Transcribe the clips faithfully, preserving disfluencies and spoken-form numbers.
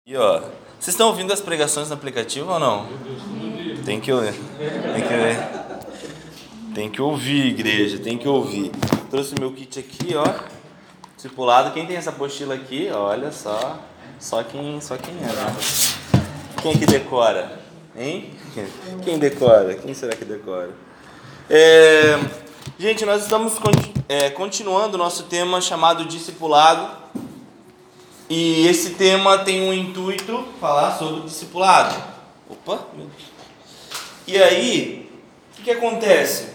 E ó, vocês estão ouvindo as pregações no aplicativo ou não? Tem que ouvir. Tem que ver. Tem que ouvir, igreja, tem que ouvir. Trouxe meu kit aqui, ó. Discipulado. Quem tem essa apostila aqui? Olha só. Só quem, só quem é, né? Quem que decora? Hein? Quem decora? Quem será que decora? É, gente, nós estamos é, continuando o nosso tema chamado discipulado. E esse tema tem um intuito, falar sobre o discipulado. Opa! Meu Deus. E aí, o que, que acontece?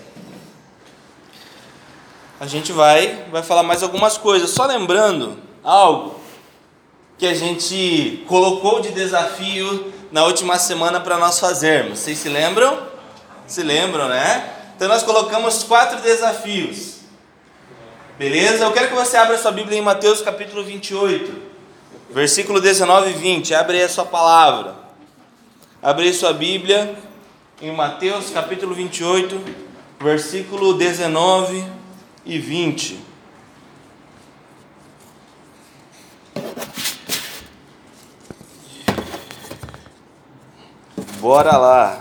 A gente vai, vai falar mais algumas coisas. Só lembrando algo que a gente colocou de desafio na última semana para nós fazermos. Vocês se lembram? Se lembram, né? Então nós colocamos quatro desafios. Beleza? Eu quero que você abra sua Bíblia em Mateus capítulo vinte e oito. Versículo dezenove e vinte, abre aí a sua palavra. Abre aí sua Bíblia em Mateus capítulo vinte e oito, versículo dezenove e vinte. Bora lá.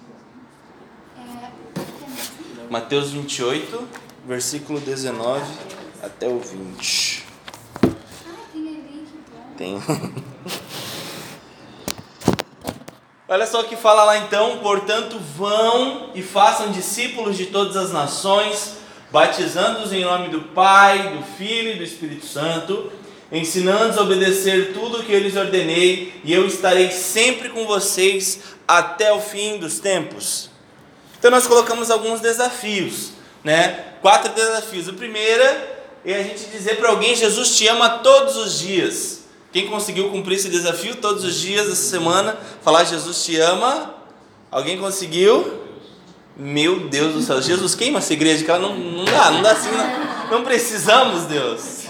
Mateus vinte e oito, versículo dezenove até o vinte. Tem. Olha só o que fala lá então: portanto, vão e façam discípulos de todas as nações, batizando-os em nome do Pai, do Filho e do Espírito Santo, ensinando-os a obedecer tudo o que eu lhes ordenei, e eu estarei sempre com vocês até o fim dos tempos. Então nós colocamos alguns desafios, né? Quatro desafios. O primeiro é a gente dizer para alguém: Jesus te ama todos os dias. Quem conseguiu cumprir esse desafio todos os dias dessa semana, falar Jesus te ama? Alguém conseguiu? Meu Deus do céu, Jesus queima essa igreja, que ela não, não dá, não dá assim, não, não precisamos, Deus.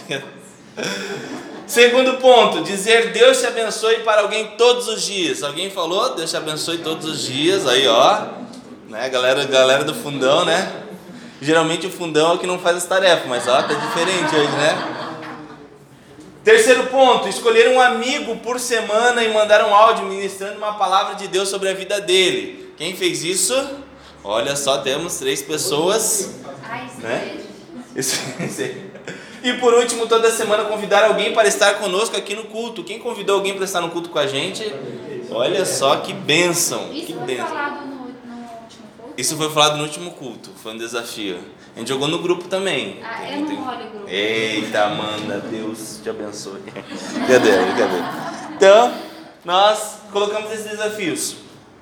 Segundo ponto, dizer Deus te abençoe para alguém todos os dias. Alguém falou? Deus te abençoe todos os dias, aí ó, né, galera, galera do fundão, né? Geralmente o fundão é o que não faz as tarefas, mas ó, tá diferente hoje, né? Terceiro ponto, escolher um amigo por semana e mandar um áudio ministrando uma palavra de Deus sobre a vida dele. Quem fez isso? Olha só, temos três pessoas. Né? Isso, isso aí. E por último, toda semana convidar alguém para estar conosco aqui no culto. Quem convidou alguém para estar no culto com a gente? Olha só que bênção. Isso que foi bênção. falado no, no último culto? Isso foi falado no último culto, foi um desafio. A gente jogou no grupo também. Ah, eu não olho o grupo. Eita, Amanda, Deus te abençoe. Cadê? Cadê? Então, nós colocamos esses desafios.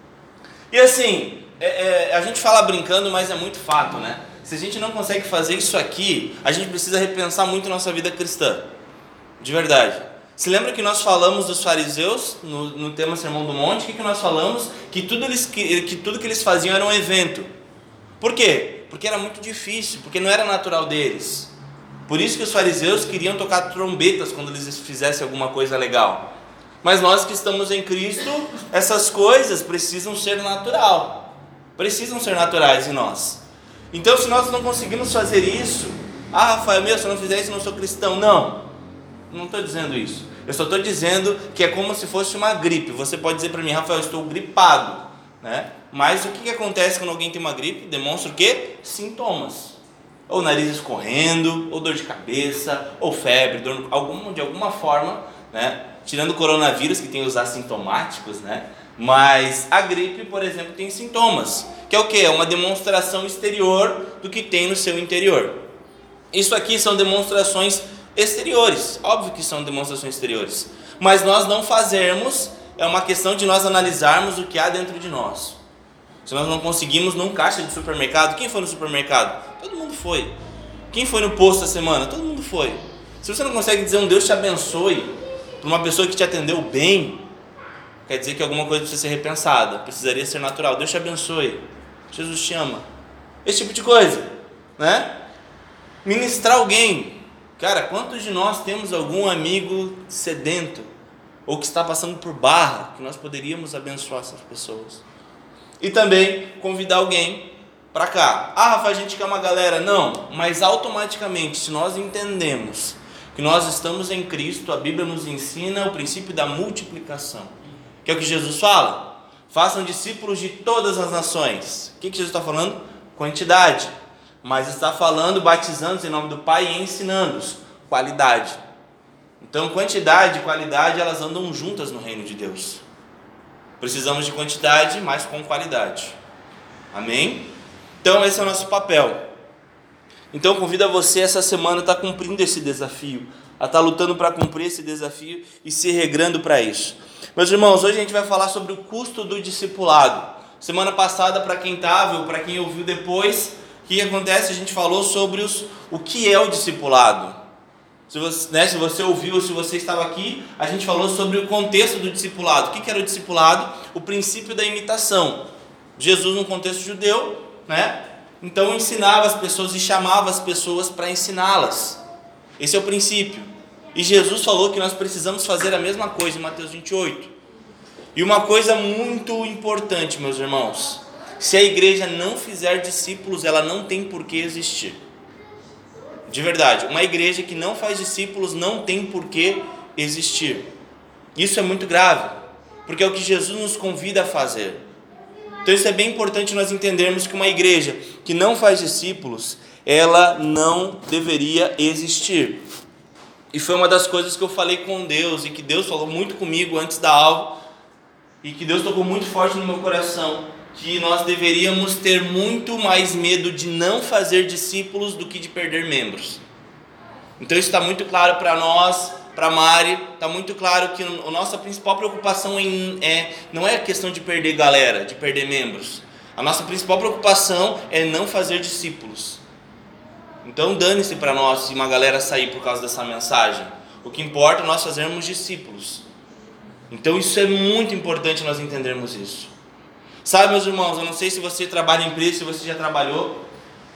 E assim, é, é, a gente fala brincando, mas é muito fato, né? Se a gente não consegue fazer isso aqui, a gente precisa repensar muito nossa vida cristã. De verdade. Se lembra que nós falamos dos fariseus no, no tema Sermão do Monte? O que, que nós falamos? Que tudo, eles, que, que tudo que eles faziam era um evento. Por quê? Porque era muito difícil, porque não era natural deles. Por isso que os fariseus queriam tocar trombetas quando eles fizessem alguma coisa legal. Mas nós que estamos em Cristo, essas coisas precisam ser natural. Precisam ser naturais em nós. Então, se nós não conseguimos fazer isso, ah, Rafael, meu, se eu não fizer isso, eu não sou cristão. Não, não estou dizendo isso. Eu só estou dizendo que é como se fosse uma gripe. Você pode dizer para mim: Rafael, eu estou gripado, né? Mas o que, que acontece quando alguém tem uma gripe? Demonstra o quê? Sintomas. Ou nariz escorrendo, ou dor de cabeça, ou febre, dor, algum, de alguma forma, né? Tirando o coronavírus, que tem os assintomáticos, né? Mas a gripe, por exemplo, tem sintomas. Que é o quê? É uma demonstração exterior do que tem no seu interior. Isso aqui são demonstrações exteriores. Óbvio que são demonstrações exteriores. Mas nós não fazermos, é uma questão de nós analisarmos o que há dentro de nós. Se nós não conseguimos num caixa de supermercado, quem foi no supermercado? Todo mundo foi. Quem foi no posto essa semana? Todo mundo foi. Se você não consegue dizer um Deus te abençoe para uma pessoa que te atendeu bem, quer dizer que alguma coisa precisa ser repensada, precisaria ser natural. Deus te abençoe, Jesus te ama, esse tipo de coisa, né? Ministrar alguém. Cara, quantos de nós temos algum amigo sedento ou que está passando por barra, que nós poderíamos abençoar essas pessoas? E também convidar alguém para cá. Ah, Rafa, a gente quer uma galera. Não, mas automaticamente, se nós entendemos que nós estamos em Cristo, a Bíblia nos ensina o princípio da multiplicação, que é o que Jesus fala. Façam discípulos de todas as nações. O que, que Jesus está falando? Quantidade. Mas está falando, batizando-os em nome do Pai e ensinando-os. Qualidade. Então, quantidade e qualidade, elas andam juntas no reino de Deus. Precisamos de quantidade, mas com qualidade. Amém? Então, esse é o nosso papel. Então, convido a você essa semana a estar cumprindo esse desafio, a estar lutando para cumprir esse desafio e se regrando para isso. Meus irmãos, hoje a gente vai falar sobre o custo do discipulado. Semana passada, para quem estava ou para quem ouviu depois, o que acontece? A gente falou sobre os, o que é o discipulado. Se você, né, se você ouviu, se você estava aqui, a gente falou sobre o contexto do discipulado. O que, que era o discipulado? O princípio da imitação. Jesus, no contexto judeu, né? Então ensinava as pessoas e chamava as pessoas para ensiná-las. Esse é o princípio. E Jesus falou que nós precisamos fazer a mesma coisa em Mateus vinte e oito. E uma coisa muito importante, meus irmãos: se a igreja não fizer discípulos, ela não tem por que existir. De verdade, uma igreja que não faz discípulos não tem por que existir. Isso é muito grave, porque é o que Jesus nos convida a fazer. Então isso é bem importante nós entendermos que uma igreja que não faz discípulos, ela não deveria existir. E foi uma das coisas que eu falei com Deus, e que Deus falou muito comigo antes da aula, e que Deus tocou muito forte no meu coração, que nós deveríamos ter muito mais medo de não fazer discípulos do que de perder membros. Então isso está muito claro para nós, para a Mari, está muito claro que a nossa principal preocupação em, é, não é a questão de perder galera, de perder membros. A nossa principal preocupação é não fazer discípulos. Então dane-se para nós se uma galera sair por causa dessa mensagem. O que importa é nós fazermos discípulos. Então isso é muito importante nós entendermos isso. Sabe, meus irmãos, eu não sei se você trabalha em empresa, se você já trabalhou,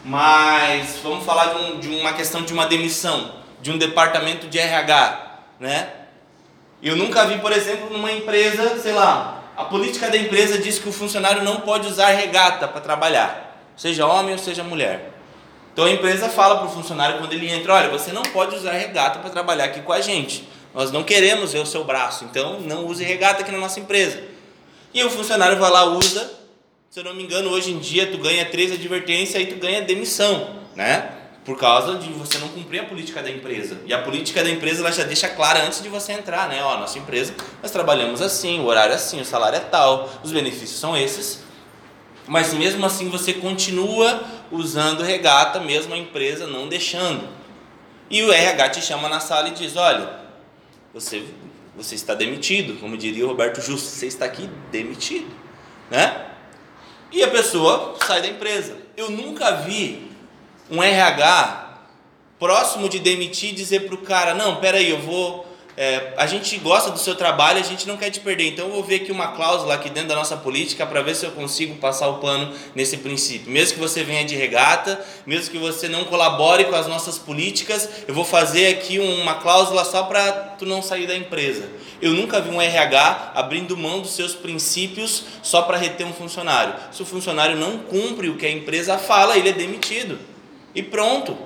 mas vamos falar de, um, de uma questão de uma demissão, de um departamento de R H, né? Eu nunca vi, por exemplo, numa empresa, sei lá, a política da empresa diz que o funcionário não pode usar regata para trabalhar, seja homem ou seja mulher. Então a empresa fala para o funcionário quando ele entra: olha, você não pode usar regata para trabalhar aqui com a gente, nós não queremos ver o seu braço, então não use regata aqui na nossa empresa. E o funcionário vai lá, usa, se eu não me engano, hoje em dia tu ganha três advertências e aí tu ganha demissão, né? Por causa de você não cumprir a política da empresa. E a política da empresa, ela já deixa clara antes de você entrar, né? Ó, nossa empresa, nós trabalhamos assim, o horário é assim, o salário é tal, os benefícios são esses. Mas mesmo assim você continua usando regata, mesmo a empresa não deixando. E o R H te chama na sala e diz: olha, você... você está demitido, como diria o Roberto Justo, você está aqui demitido, né? E a pessoa sai da empresa. Eu nunca vi um R H próximo de demitir dizer para o cara: não, peraí, eu vou, é, a gente gosta do seu trabalho, a gente não quer te perder, então eu vou ver aqui uma cláusula aqui dentro da nossa política para ver se eu consigo passar o pano nesse princípio. Mesmo que você venha de regata, mesmo que você não colabore com as nossas políticas, eu vou fazer aqui uma cláusula só para tu não sair da empresa. Eu nunca vi um R H abrindo mão dos seus princípios só para reter um funcionário. Se o funcionário não cumpre o que a empresa fala, ele é demitido. E pronto.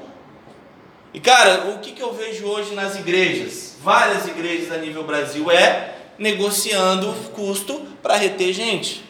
E cara, o que, que eu vejo hoje nas igrejas? Várias igrejas a nível Brasil é negociando custo para reter gente.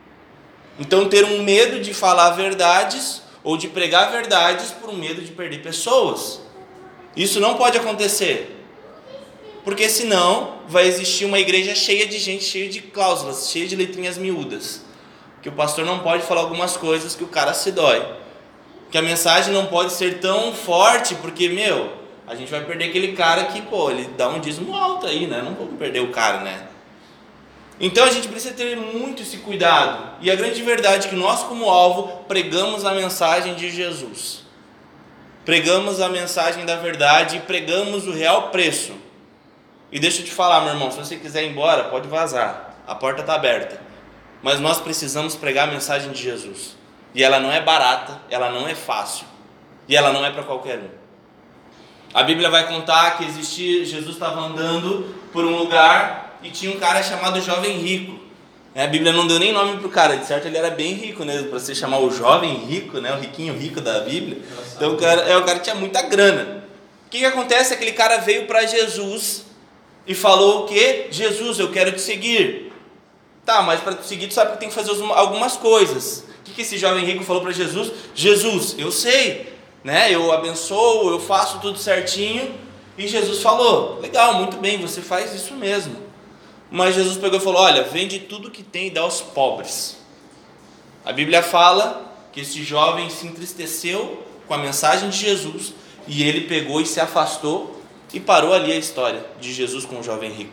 Então ter um medo de falar verdades ou de pregar verdades por um medo de perder pessoas. Isso não pode acontecer. Porque senão vai existir uma igreja cheia de gente, cheia de cláusulas, cheia de letrinhas miúdas. Que o pastor não pode falar algumas coisas que o cara se dói. Que a mensagem não pode ser tão forte, porque, meu, a gente vai perder aquele cara que, pô, ele dá um dízimo alto aí, né? Não vamos perder o cara, né? Então a gente precisa ter muito esse cuidado. E a grande verdade é que nós, como alvo, pregamos a mensagem de Jesus. Pregamos a mensagem da verdade e pregamos o real preço. E deixa eu te falar, meu irmão, se você quiser ir embora, pode vazar. A porta está aberta. Mas nós precisamos pregar a mensagem de Jesus. E ela não é barata, ela não é fácil. E ela não é para qualquer um. A Bíblia vai contar que existia, Jesus estava andando por um lugar e tinha um cara chamado Jovem Rico. A Bíblia não deu nem nome para o cara, de certo ele era bem rico, né? Para você chamar o jovem rico, né? O riquinho rico da Bíblia. Então o cara, é, o cara tinha muita grana. O que, que acontece? Aquele cara veio para Jesus e falou o quê? Jesus, eu quero te seguir. Tá, mas para te seguir tu sabe que tem que fazer algumas coisas. O que, que esse jovem rico falou para Jesus? Jesus, eu sei, né? Eu abençoo, eu faço tudo certinho. E Jesus falou, legal, muito bem, você faz isso mesmo. Mas Jesus pegou e falou, olha, vende tudo que tem e dá aos pobres. A Bíblia fala que esse jovem se entristeceu com a mensagem de Jesus e ele pegou e se afastou e parou ali a história de Jesus com o jovem rico.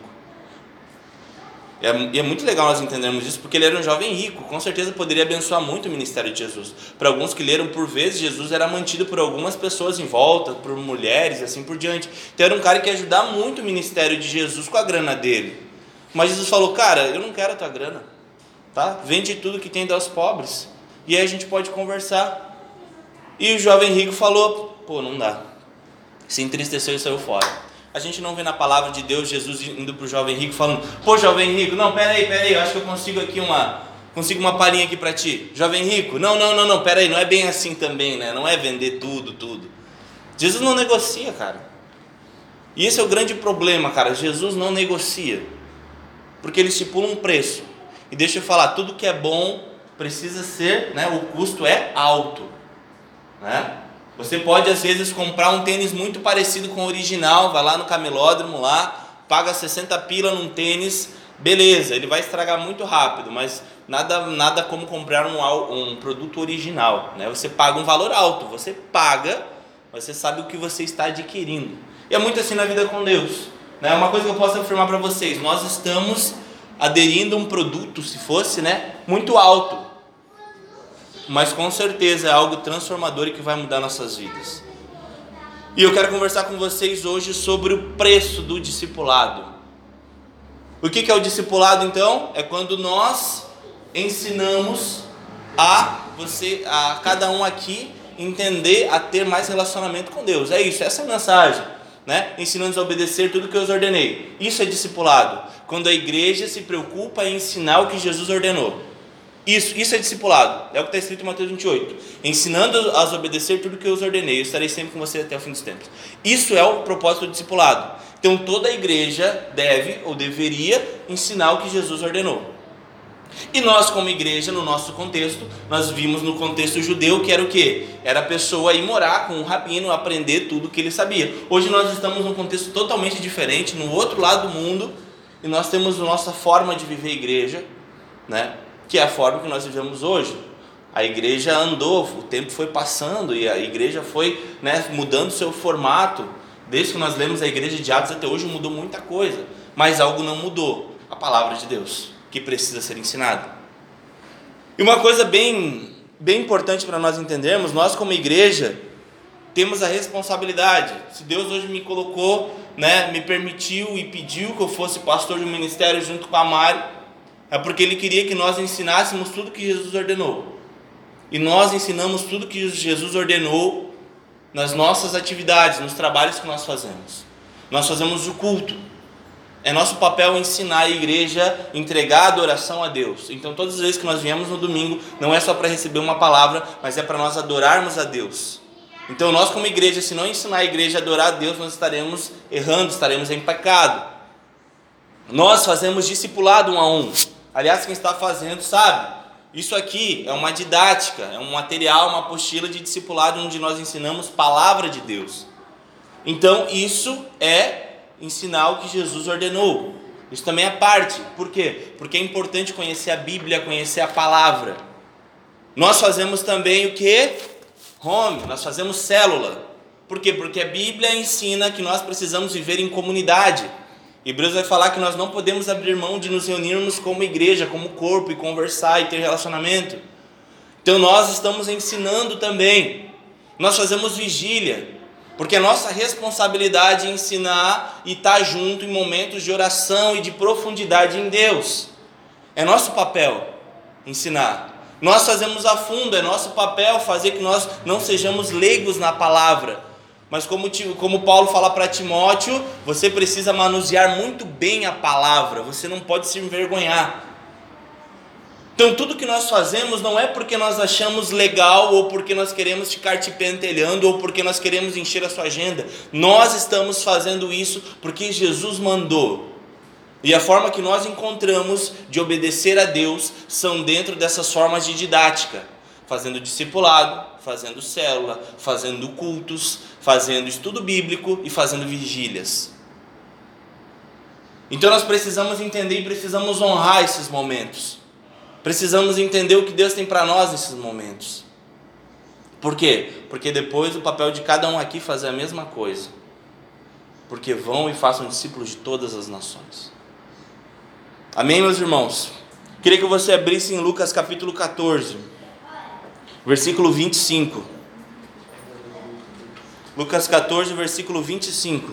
E é, e é muito legal nós entendermos isso, porque ele era um jovem rico, com certeza poderia abençoar muito o ministério de Jesus. Para alguns que leram, por vezes, Jesus era mantido por algumas pessoas em volta, por mulheres e assim por diante. Então era um cara que ia ajudar muito o ministério de Jesus com a grana dele. Mas Jesus falou, cara, eu não quero a tua grana, tá? Vende tudo que tem e dá aos pobres. E aí a gente pode conversar. E o jovem rico falou, pô, não dá. Se entristeceu e saiu fora. A gente não vê na palavra de Deus Jesus indo para o jovem rico falando, pô, jovem rico, não, peraí, peraí, eu acho que eu consigo aqui uma, consigo uma palhinha aqui para ti. Jovem rico, não, não, não, não, peraí, não é bem assim também, né? Não é vender tudo, tudo. Jesus não negocia, cara. E esse é o grande problema, cara. Jesus não negocia. Porque ele estipula um preço. E deixa eu falar, tudo que é bom precisa ser, né? O custo é alto, né? Você pode às vezes comprar um tênis muito parecido com o original, vai lá no camelódromo lá, paga sessenta pila num tênis, beleza, ele vai estragar muito rápido, mas nada, nada como comprar um, um produto original, né? Você paga um valor alto, você paga, mas você sabe o que você está adquirindo. E é muito assim na vida com Deus, né? Uma coisa que eu posso afirmar para vocês, nós estamos aderindo a um produto, se fosse, né, muito alto, mas com certeza é algo transformador e que vai mudar nossas vidas. E eu quero conversar com vocês hoje sobre o preço do discipulado. O que é o discipulado então? É quando nós ensinamos a você, a cada um aqui, entender a ter mais relacionamento com Deus. É isso, essa é a mensagem, né? Ensinando-nos a obedecer tudo que eu os ordenei. Isso é discipulado. Quando a igreja se preocupa em ensinar o que Jesus ordenou. Isso, isso é discipulado, é o que está escrito em Mateus vinte e oito, ensinando-as a obedecer tudo que eu os ordenei, eu estarei sempre com você até o fim dos tempos. Isso é o propósito do discipulado. Então toda a igreja deve ou deveria ensinar o que Jesus ordenou. E nós como igreja, no nosso contexto, nós vimos no contexto judeu que era o quê? Era a pessoa ir morar com um rabino, aprender tudo o que ele sabia. Hoje nós estamos num contexto totalmente diferente, no outro lado do mundo, e nós temos a nossa forma de viver a igreja, né? Que é a forma que nós vivemos hoje. A igreja andou, o tempo foi passando e a igreja foi, né, mudando seu formato. Desde que nós lemos a igreja de Atos até hoje mudou muita coisa, mas algo não mudou, a palavra de Deus, que precisa ser ensinada. E uma coisa bem, bem importante para nós entendermos, nós como igreja temos a responsabilidade. Se Deus hoje me colocou, né, me permitiu e pediu que eu fosse pastor de um ministério junto com a Mari, é porque Ele queria que nós ensinássemos tudo que Jesus ordenou. E nós ensinamos tudo que Jesus ordenou nas nossas atividades, nos trabalhos que nós fazemos. Nós fazemos o culto. É nosso papel ensinar a igreja, entregar a adoração a Deus. Então todas as vezes que nós viemos no domingo, não é só para receber uma palavra, mas é para nós adorarmos a Deus. Então nós como igreja, se não ensinar a igreja a adorar a Deus, nós estaremos errando, estaremos em pecado. Nós fazemos discipulado um a um. Aliás, quem está fazendo sabe, isso aqui é uma didática, é um material, uma apostila de discipulado onde nós ensinamos palavra de Deus. Então isso é ensinar o que Jesus ordenou. Isso também é parte. Por quê? Porque é importante conhecer a Bíblia, conhecer a palavra. Nós fazemos também o que? Home, nós fazemos célula. Por quê? Porque a Bíblia ensina que nós precisamos viver em comunidade. Hebreus vai falar que nós não podemos abrir mão de nos reunirmos como igreja, como corpo, e conversar e ter relacionamento. Então nós estamos ensinando também. Nós fazemos vigília, porque a nossa responsabilidade é ensinar e estar junto em momentos de oração e de profundidade em Deus. É nosso papel ensinar. Nós fazemos a fundo, é nosso papel fazer que nós não sejamos leigos na palavra. Mas como, como Paulo fala para Timóteo, você precisa manusear muito bem a palavra, você não pode se envergonhar. Então tudo que nós fazemos não é porque nós achamos legal, ou porque nós queremos ficar te pentelhando, ou porque nós queremos encher a sua agenda. Nós estamos fazendo isso porque Jesus mandou. E a forma que nós encontramos de obedecer a Deus são dentro dessas formas de didática. Fazendo discipulado, fazendo célula, fazendo cultos, fazendo estudo bíblico e fazendo vigílias. Então nós precisamos entender e precisamos honrar esses momentos. Precisamos entender o que Deus tem para nós nesses momentos. Por quê? Porque depois o papel de cada um aqui é fazer a mesma coisa. Porque vão e façam discípulos de todas as nações. Amém, meus irmãos? Queria que você abrisse em Lucas capítulo catorze, versículo vinte e cinco. Lucas catorze, versículo vinte e cinco.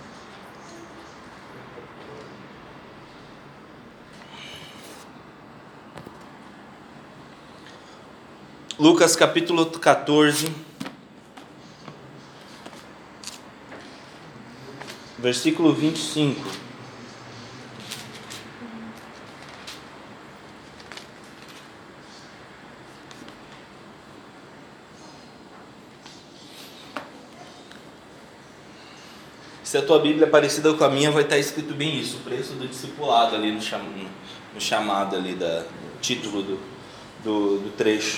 Lucas capítulo catorze, versículo vinte e cinco. Se a tua Bíblia é parecida com a minha, vai estar escrito bem isso, o preço do discipulado ali no, cham... no chamado ali, da... no título do, do, do trecho.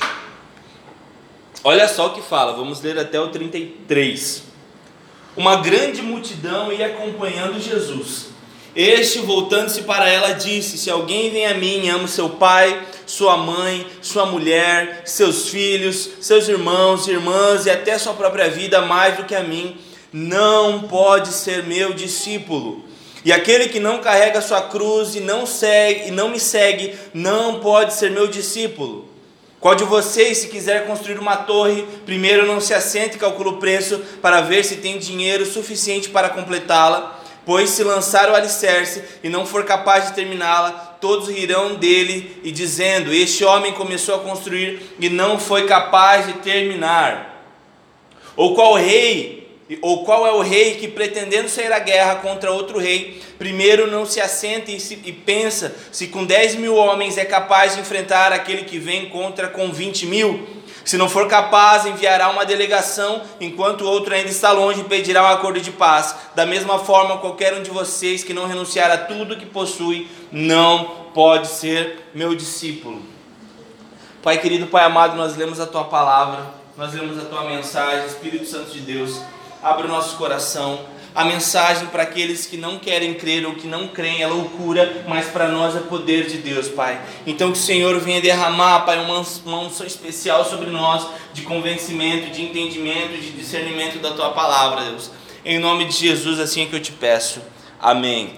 Olha só o que fala, vamos ler até o trinta e três. Uma grande multidão ia acompanhando Jesus. Este, voltando-se para ela, disse: se alguém vem a mim e ama seu pai, sua mãe, sua mulher, seus filhos, seus irmãos, irmãs e até sua própria vida mais do que a mim, não pode ser meu discípulo. E aquele que não carrega sua cruz e não segue, e não me segue, não pode ser meu discípulo. Qual de vocês, se quiser construir uma torre, primeiro não se assente e calcula o preço para ver se tem dinheiro suficiente para completá-la? Pois se lançar o alicerce e não for capaz de terminá-la, todos rirão dele e dizendo: este homem começou a construir e não foi capaz de terminar. Ou qual rei... Ou qual é o rei que, pretendendo sair à guerra contra outro rei, primeiro não se assenta e, se, e pensa se com dez mil homens é capaz de enfrentar aquele que vem contra com vinte mil? Se não for capaz, enviará uma delegação, enquanto o outro ainda está longe, e pedirá um acordo de paz. Da mesma forma, qualquer um de vocês que não renunciar a tudo que possui, não pode ser meu discípulo. Pai querido, Pai amado, nós lemos a Tua palavra, nós lemos a Tua mensagem. Espírito Santo de Deus, abre o nosso coração. A mensagem para aqueles que não querem crer ou que não creem é loucura, mas para nós é poder de Deus, Pai. Então que o Senhor venha derramar, Pai, uma, uma unção especial sobre nós, de convencimento, de entendimento, de discernimento da Tua palavra, Deus. Em nome de Jesus, assim é que eu te peço. Amém.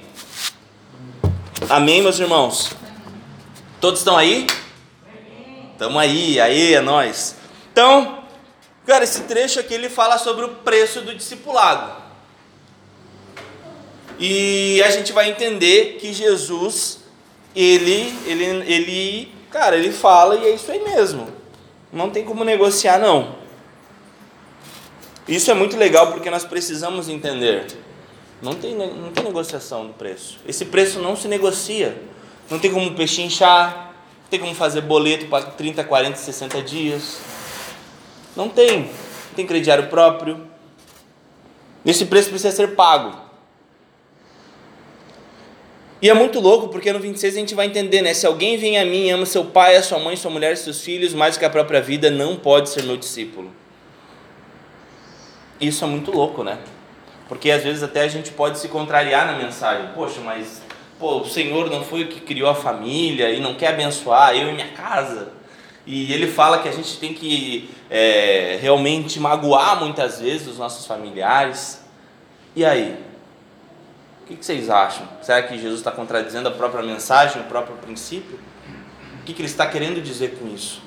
Amém, meus irmãos? Todos estão aí? Estamos aí, aí é nós. Então, cara, esse trecho aqui ele fala sobre o preço do discipulado. E a gente vai entender que Jesus, ele, ele, ele, cara, ele fala e é isso aí mesmo. Não tem como negociar, não. Isso é muito legal porque nós precisamos entender. Não tem, não tem negociação do preço. Esse preço não se negocia. Não tem como pechinchar, não tem como fazer boleto para trinta, quarenta, sessenta dias. Não tem. Não tem crediário próprio. Esse preço precisa ser pago. E é muito louco porque no vinte e seis a gente vai entender, né? Se alguém vem a mim e ama seu pai, a sua mãe, sua mulher e seus filhos mais do que a própria vida, não pode ser meu discípulo. Isso é muito louco, né? Porque às vezes até a gente pode se contrariar na mensagem. Poxa, mas pô, o Senhor não foi o que criou a família e não quer abençoar eu e minha casa. E ele fala que a gente tem que é, realmente magoar muitas vezes os nossos familiares. E aí? O que vocês acham? Será que Jesus está contradizendo a própria mensagem, o próprio princípio? O que ele está querendo dizer com isso?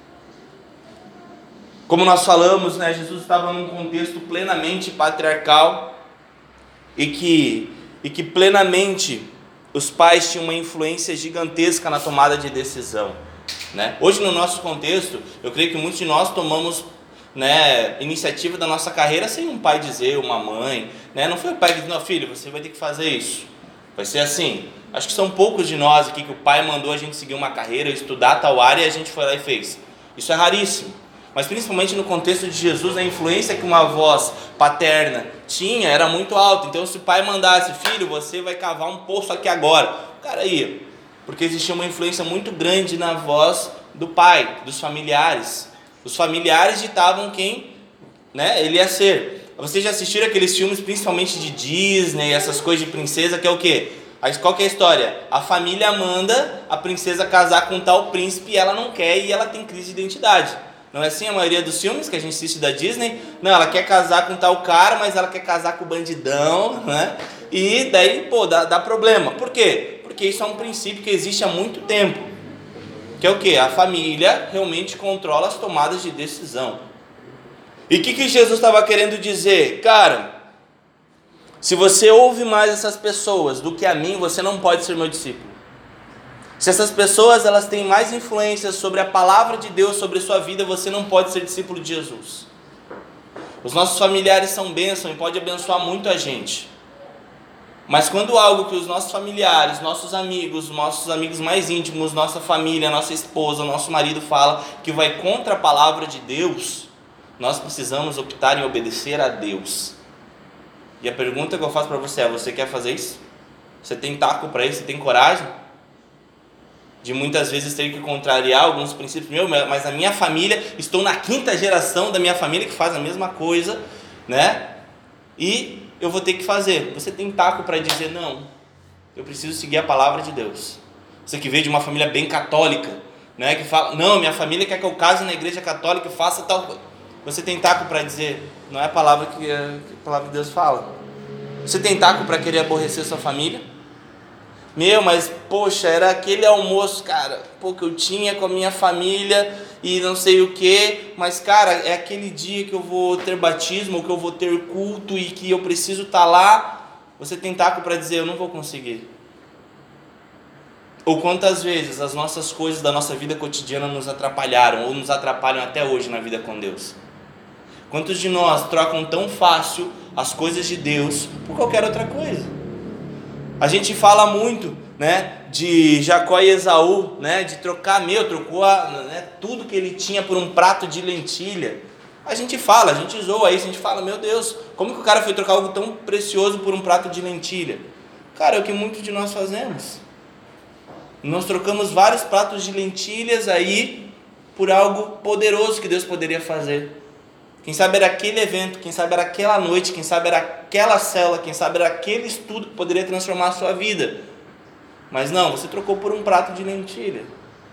Como nós falamos, né, Jesus estava num contexto plenamente patriarcal e que, e que plenamente os pais tinham uma influência gigantesca na tomada de decisão. Né? Hoje no nosso contexto, eu creio que muitos de nós tomamos, né, iniciativa da nossa carreira sem um pai dizer, uma mãe, né? Não foi o pai que disse: não, filho, você vai ter que fazer isso. Vai ser assim. Acho que são poucos de nós aqui que o pai mandou a gente seguir uma carreira, estudar tal área e a gente foi lá e fez. Isso é raríssimo. Mas principalmente no contexto de Jesus, a influência que uma voz paterna tinha era muito alta. Então se o pai mandasse, filho, você vai cavar um poço aqui agora, o cara ia. Porque existia uma influência muito grande na voz do pai, dos familiares. Os familiares ditavam quem, né, ele ia ser. Vocês já assistiram aqueles filmes, principalmente de Disney, essas coisas de princesa, que é o quê? Qual que é a história? A família manda a princesa casar com tal príncipe e ela não quer e ela tem crise de identidade. Não é assim a maioria dos filmes que a gente assiste da Disney? Não, ela quer casar com tal cara, mas ela quer casar com o bandidão, né? E daí, pô, dá, dá problema. Por quê? Porque isso é um princípio que existe há muito tempo. Que é o quê? A família realmente controla as tomadas de decisão. E o que, que Jesus estava querendo dizer? Cara, se você ouve mais essas pessoas do que a mim, você não pode ser meu discípulo. Se essas pessoas elas têm mais influência sobre a palavra de Deus, sobre a sua vida, você não pode ser discípulo de Jesus. Os nossos familiares são bênção e pode abençoar muito a gente. Mas quando algo que os nossos familiares, nossos amigos, nossos amigos mais íntimos, nossa família, nossa esposa, nosso marido fala que vai contra a palavra de Deus, nós precisamos optar em obedecer a Deus. E a pergunta que eu faço para você é, você quer fazer isso? Você tem taco para isso? Você tem coragem? De muitas vezes ter que contrariar alguns princípios, meu, mas a minha família, estou na quinta geração da minha família que faz a mesma coisa, né? E eu vou ter que fazer. Você tem taco para dizer não? Eu preciso seguir a palavra de Deus. Você que veio de uma família bem católica, né? Que fala, não, minha família quer que eu case na igreja católica e faça tal coisa. Você tem taco para dizer, não é a palavra que a palavra de Deus fala. Você tem taco para querer aborrecer sua família? Meu, mas poxa, era aquele almoço, cara, pô, que eu tinha com a minha família e não sei o que, mas cara, é aquele dia que eu vou ter batismo, ou que eu vou ter culto e que eu preciso estar lá. Você tem taco para dizer, eu não vou conseguir. Ou quantas vezes as nossas coisas da nossa vida cotidiana nos atrapalharam, ou nos atrapalham até hoje na vida com Deus? Quantos de nós trocam tão fácil as coisas de Deus por qualquer outra coisa? A gente fala muito, né, de Jacó e Esaú, né, de trocar, meu, trocou a, né, tudo que ele tinha por um prato de lentilha. A gente fala, a gente zoa isso, a gente fala, meu Deus, como que o cara foi trocar algo tão precioso por um prato de lentilha? Cara, é o que muitos de nós fazemos. Nós trocamos vários pratos de lentilhas aí por algo poderoso que Deus poderia fazer. Quem sabe era aquele evento, quem sabe era aquela noite, quem sabe era aquela célula, quem sabe era aquele estudo que poderia transformar a sua vida. Mas não, você trocou por um prato de lentilha.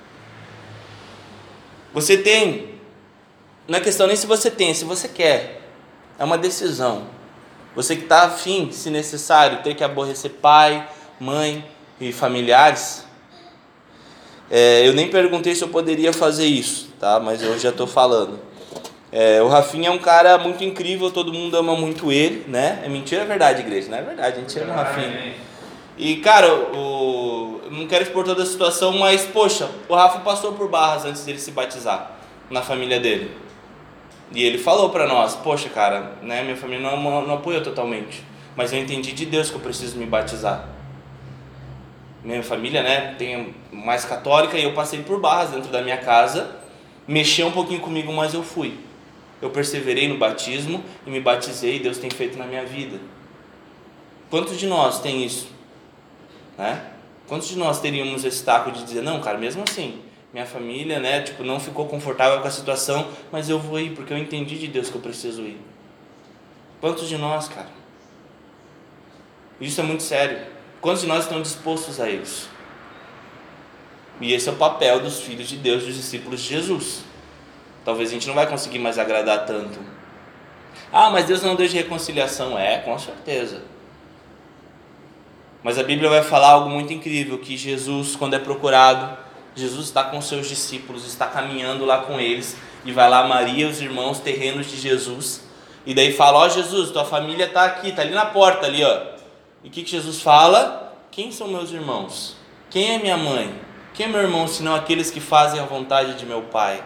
Você tem, não é questão nem se você tem, é se você quer. É uma decisão. Você que está afim, se necessário, ter que aborrecer pai, mãe e familiares. É, eu nem perguntei se eu poderia fazer isso, tá? Mas eu já estou falando. É, o Rafinha é um cara muito incrível, todo mundo ama muito ele, né? É mentira, é verdade, igreja, não é verdade, a gente ama o Rafinha. E cara, o, eu não quero expor toda a situação, mas poxa, o Rafa passou por barras antes dele se batizar na família dele. E ele falou pra nós, poxa cara, né, minha família não, não apoia totalmente, mas eu entendi de Deus que eu preciso me batizar. Minha família, né, tem mais católica e eu passei por barras dentro da minha casa, mexeu um pouquinho comigo, mas eu fui. Eu perseverei no batismo e me batizei e Deus tem feito na minha vida. Quantos de nós tem isso? Né? Quantos de nós teríamos esse taco de dizer, não cara, mesmo assim, minha família, né, tipo, não ficou confortável com a situação, mas eu vou ir porque eu entendi de Deus que eu preciso ir. Quantos de nós, cara? Isso é muito sério. Quantos de nós estão dispostos a isso? E esse é o papel dos filhos de Deus, dos discípulos de Jesus. Talvez a gente não vai conseguir mais agradar tanto. Ah, mas Deus não é um Deus de reconciliação. É, com certeza. Mas a Bíblia vai falar algo muito incrível, que Jesus, quando é procurado, Jesus está com seus discípulos, está caminhando lá com eles, e vai lá Maria e os irmãos terrenos de Jesus, e daí fala, ó oh, Jesus, tua família está aqui, está ali na porta, ali, ó. E o que, que Jesus fala? Quem são meus irmãos? Quem é minha mãe? Quem é meu irmão, senão aqueles que fazem a vontade de meu Pai?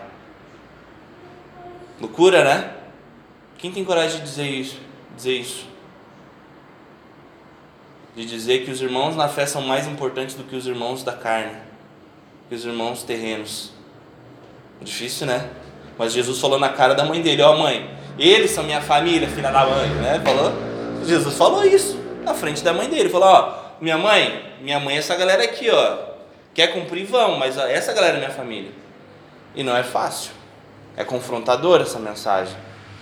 Loucura, né? Quem tem coragem de dizer isso? Dizer isso? de dizer que os irmãos na fé são mais importantes do que os irmãos da carne, que os irmãos terrenos. Difícil, né? Mas Jesus falou na cara da mãe dele: ó, mãe, eles são minha família, filha da mãe, né? Falou? Jesus falou isso na frente da mãe dele. Falou: ó, minha mãe, minha mãe é essa galera aqui, ó. Quer cumprir, vão, mas essa galera é minha família. E não é fácil. É confrontadora essa mensagem.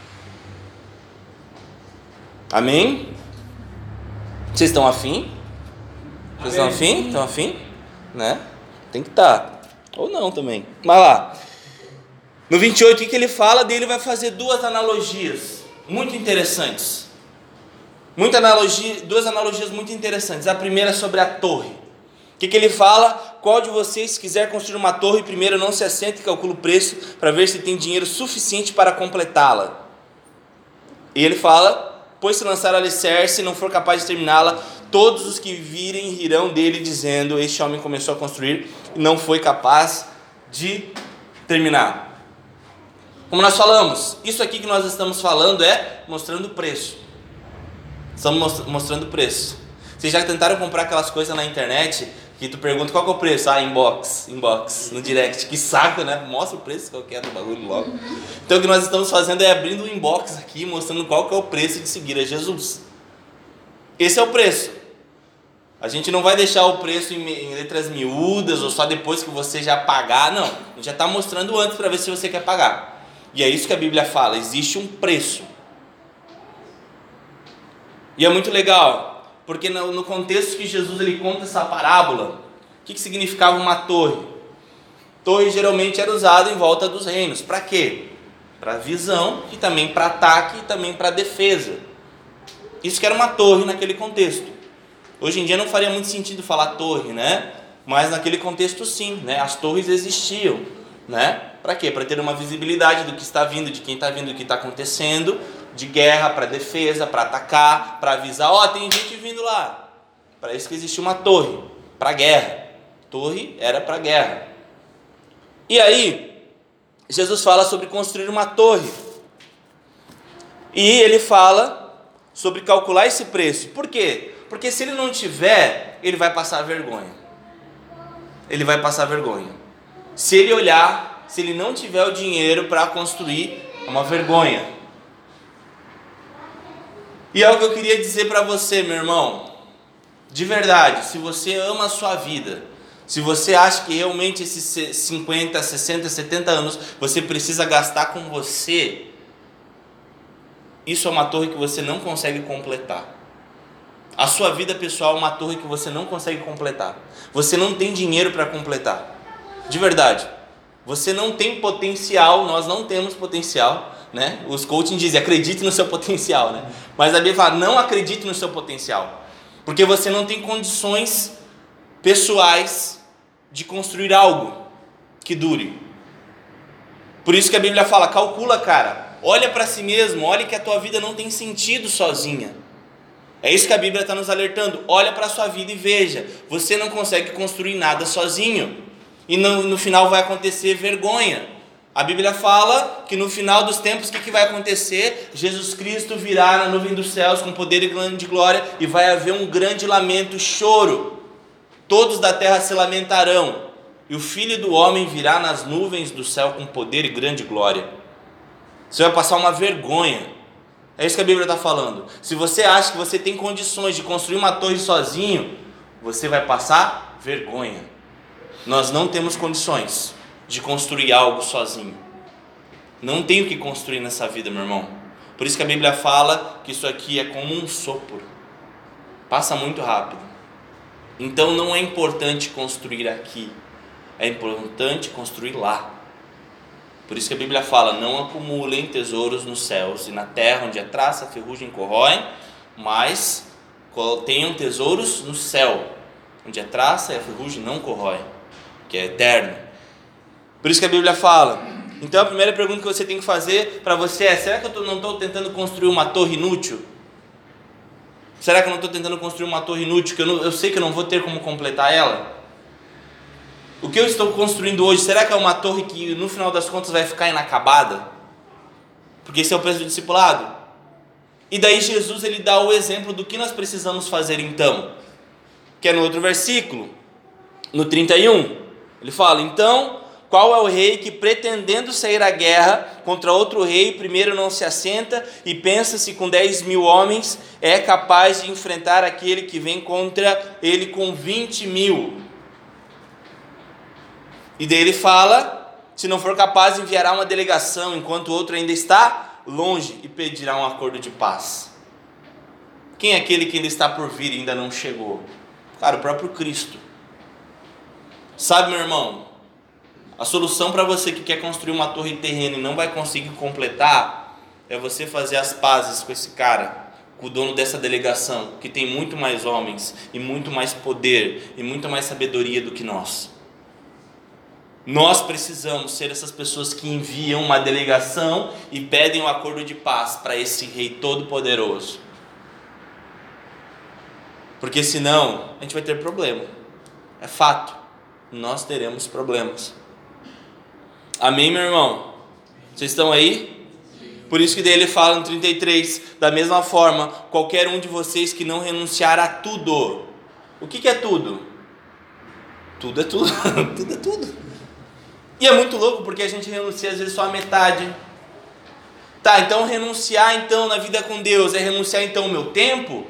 Amém? Vocês estão afim? Vocês estão afim? Estão afim? Né? Tem que estar. Ou não também. Mas lá. No vinte e oito, o que ele fala? Dele vai fazer duas analogias muito interessantes. Muita analogia, duas analogias muito interessantes. A primeira é sobre a torre. O que, que ele fala? Qual de vocês quiser construir uma torre, primeiro não se assenta e calcula o preço para ver se tem dinheiro suficiente para completá-la. E ele fala: pois se lançar alicerce e não for capaz de terminá-la, todos os que virem rirão dele, dizendo: este homem começou a construir e não foi capaz de terminar. Como nós falamos, isso aqui que nós estamos falando é mostrando o preço. Estamos mostrando o preço. Vocês já tentaram comprar aquelas coisas na internet que tu pergunta qual que é o preço? Ah, inbox, inbox, no direct. Que saco, né? Mostra o preço qual que é do bagulho logo. Então o que nós estamos fazendo é abrindo um inbox aqui, mostrando qual que é o preço de seguir a Jesus. Esse é o preço. A gente não vai deixar o preço em, em letras miúdas ou só depois que você já pagar. Não, a gente já está mostrando antes para ver se você quer pagar. E é isso que a Bíblia fala, existe um preço. E é muito legal, porque no, no contexto que Jesus ele conta essa parábola, o que, que significava uma torre? Torre geralmente era usada em volta dos reinos. Para quê? Para visão e também para ataque e também para defesa. Isso que era uma torre naquele contexto. Hoje em dia não faria muito sentido falar torre, né? Mas naquele contexto sim, né? As torres existiam, né? Para quê? Para ter uma visibilidade do que está vindo, de quem está vindo, do que está acontecendo, de guerra, para defesa, para atacar, para avisar: ó, oh, tem gente vindo lá. Para isso que existia uma torre, para guerra. Torre era para guerra. E aí, Jesus fala sobre construir uma torre. E ele fala sobre calcular esse preço. Por quê? Porque se ele não tiver, ele vai passar vergonha. Ele vai passar vergonha. Se ele olhar, se ele não tiver o dinheiro para construir, é uma vergonha. E é o que eu queria dizer para você, meu irmão. De verdade, se você ama a sua vida, se você acha que realmente esses cinquenta, sessenta, setenta anos você precisa gastar com você, isso é uma torre que você não consegue completar. A sua vida pessoal é uma torre que você não consegue completar. Você não tem dinheiro para completar. De verdade. Você não tem potencial, nós não temos potencial, né? Os coaching dizem: acredite no seu potencial, né? Mas a Bíblia fala: não acredite no seu potencial, porque você não tem condições pessoais de construir algo que dure. Por isso que a Bíblia fala: calcula, cara, olha para si mesmo, olha que a tua vida não tem sentido sozinha. É isso que a Bíblia está nos alertando. Olha para a sua vida e veja, você não consegue construir nada sozinho. E no, no final vai acontecer vergonha. A Bíblia fala que no final dos tempos o que, que vai acontecer? Jesus Cristo virá na nuvem dos céus com poder e grande glória, e vai haver um grande lamento, choro. Todos da terra se lamentarão, e o Filho do Homem virá nas nuvens do céu com poder e grande glória. Você vai passar uma vergonha. É isso que a Bíblia está falando. Se você acha que você tem condições de construir uma torre sozinho, você vai passar vergonha. Nós não temos condições de construir algo sozinho. Não tem o que construir nessa vida, meu irmão. Por isso que a Bíblia fala que isso aqui é como um sopro. Passa muito rápido. Então não é importante construir aqui. É importante construir lá. Por isso que a Bíblia fala: não acumulem tesouros nos céus e na terra, onde a traça, a ferrugem corroem, mas tenham tesouros no céu, onde a traça e a ferrugem não corroem, que é eterno. Por isso que a Bíblia fala. Então a primeira pergunta que você tem que fazer para você é: será que eu não estou tentando construir uma torre inútil? Será que eu não estou tentando construir uma torre inútil, que eu, não, eu sei que eu não vou ter como completar ela? O que eu estou construindo hoje, será que é uma torre que no final das contas vai ficar inacabada? Porque esse é o preço do discipulado. E daí Jesus ele dá o exemplo do que nós precisamos fazer então, que é no outro versículo, no trinta e um, ele fala: então, qual é o rei que, pretendendo sair à guerra contra outro rei, primeiro não se assenta e pensa se com dez mil homens é capaz de enfrentar aquele que vem contra ele com vinte mil? E daí ele fala: se não for capaz, enviará uma delegação enquanto o outro ainda está longe e pedirá um acordo de paz. Quem é aquele que ainda está por vir e ainda não chegou? Cara, o próprio Cristo. Sabe, meu irmão, a solução para você que quer construir uma torre terrena e não vai conseguir completar é você fazer as pazes com esse cara, com o dono dessa delegação, que tem muito mais homens e muito mais poder e muito mais sabedoria do que nós. Nós precisamos ser essas pessoas que enviam uma delegação e pedem um acordo de paz para esse rei todo-poderoso. Porque senão a gente vai ter problema. É fato. Nós teremos problemas. Amém, meu irmão? Vocês estão aí? Por isso que daí ele fala no trinta e três, da mesma forma, qualquer um de vocês que não renunciar a tudo. O que, que é tudo? Tudo é tudo. Tudo é tudo. E é muito louco porque a gente renuncia às vezes só a metade. Tá, então renunciar então na vida com Deus é renunciar então o meu tempo?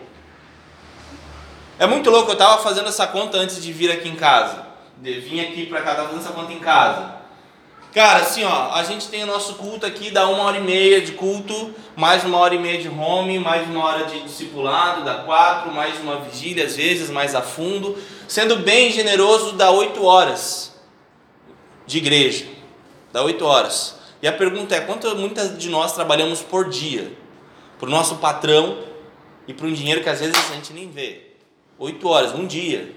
É muito louco, eu estava fazendo essa conta antes de vir aqui em casa. De vim aqui para cá, estava fazendo essa conta em casa. Cara, assim ó, a gente tem o nosso culto aqui, dá uma hora e meia de culto, mais uma hora e meia de home, mais uma hora de discipulado, dá quatro, mais uma vigília às vezes, mais a fundo. Sendo bem generoso, dá oito horas de igreja, dá oito horas. E a pergunta é, quanto muitas de nós trabalhamos por dia, para o nosso patrão e para um dinheiro que às vezes a gente nem vê? Oito horas, um dia.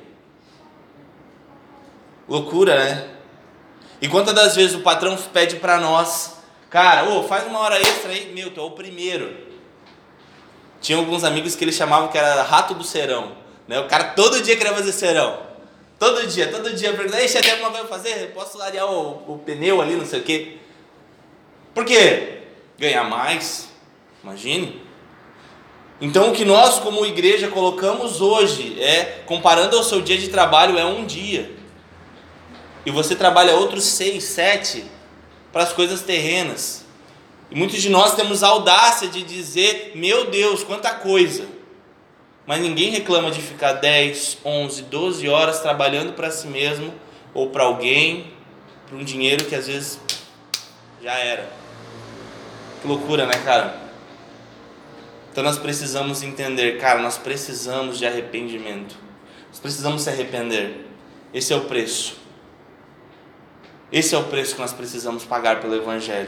Loucura, né? E quantas das vezes o patrão pede para nós, cara, ô, faz uma hora extra aí, meu, tu é o primeiro. Tinha alguns amigos que eles chamavam que era rato do serão, né? O cara todo dia queria fazer serão. Todo dia, todo dia, pergunta, ei, chefe, tem alguma coisa pra fazer? Posso arear o, o pneu ali, não sei o quê? Por quê? Ganhar mais, imagine. Então o que nós como igreja colocamos hoje é, comparando ao seu dia de trabalho, é um dia. E você trabalha outros seis, sete para as coisas terrenas. E muitos de nós temos a audácia de dizer, meu Deus, quanta coisa. Mas ninguém reclama de ficar dez, onze, doze horas trabalhando para si mesmo ou para alguém, por um dinheiro que às vezes já era. Que loucura, né, cara? Então nós precisamos entender, cara, nós precisamos de arrependimento. Nós precisamos se arrepender. Esse é o preço. Esse é o preço que nós precisamos pagar pelo Evangelho.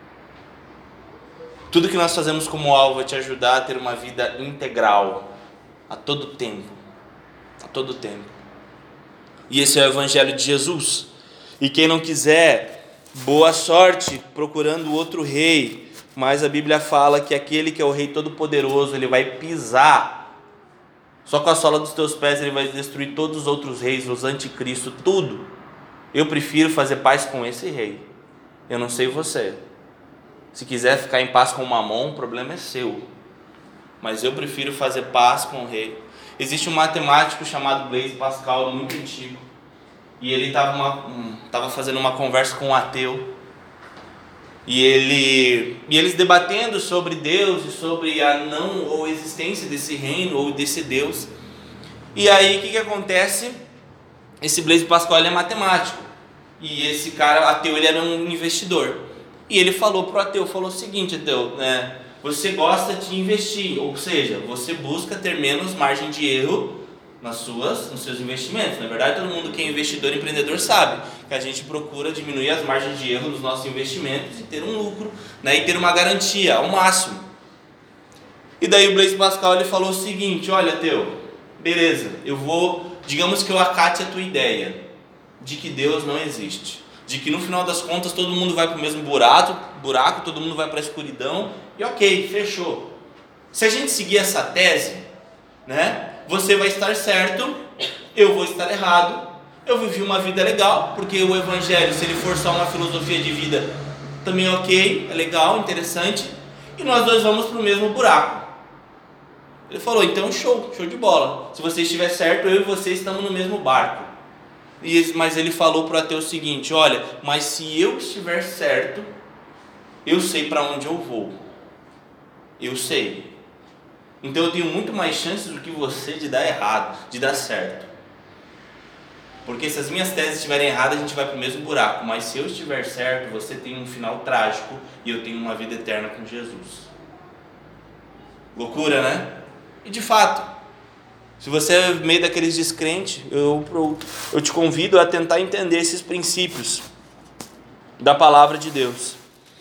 Tudo que nós fazemos como alvo é te ajudar a ter uma vida integral. A todo tempo, a todo tempo. E esse é o Evangelho de Jesus. E quem não quiser, boa sorte procurando outro rei. Mas a Bíblia fala que aquele que é o Rei Todo-Poderoso, ele vai pisar. Só com a sola dos teus pés ele vai destruir todos os outros reis, os anticristos, tudo. Eu prefiro fazer paz com esse rei. Eu não sei você. Se quiser ficar em paz com o Mamon, o problema é seu. Mas eu prefiro fazer paz com o rei. Existe um matemático chamado Blaise Pascal, muito antigo. E ele estava um, fazendo uma conversa com um ateu. E, ele, e eles debatendo sobre Deus e sobre a não ou existência desse reino ou desse Deus. E aí o que, que acontece? Esse Blaise Pascal ele é matemático. E esse cara ateu ele era um investidor. E ele falou para o ateu, falou o seguinte, ateu, né? Você gosta de investir, ou seja, você busca ter menos margem de erro nas suas, nos seus investimentos. Na verdade, todo mundo que é investidor e empreendedor sabe que a gente procura diminuir as margens de erro nos nossos investimentos e ter um lucro, né, e ter uma garantia ao máximo. E daí o Blaise Pascal ele falou o seguinte, olha, Teu, beleza, eu vou, digamos que eu acate a tua ideia de que Deus não existe. De que no final das contas todo mundo vai para o mesmo buraco, buraco, todo mundo vai para a escuridão, e ok, fechou. Se a gente seguir essa tese, né, você vai estar certo, eu vou estar errado, eu vivi uma vida legal, porque o Evangelho, se ele for só uma filosofia de vida, também ok, é legal, interessante, e nós dois vamos para o mesmo buraco. Ele falou, então show, show de bola. Se você estiver certo, eu e você estamos no mesmo barco. E, mas ele falou para o ateu o seguinte, olha, mas se eu estiver certo, eu sei para onde eu vou. Eu sei. Então eu tenho muito mais chances do que você de dar errado, de dar certo. Porque se as minhas teses estiverem erradas, a gente vai para o mesmo buraco. Mas se eu estiver certo, você tem um final trágico e eu tenho uma vida eterna com Jesus. Loucura, né? E de fato, se você é meio daqueles descrentes, eu, eu, eu te convido a tentar entender esses princípios da palavra de Deus.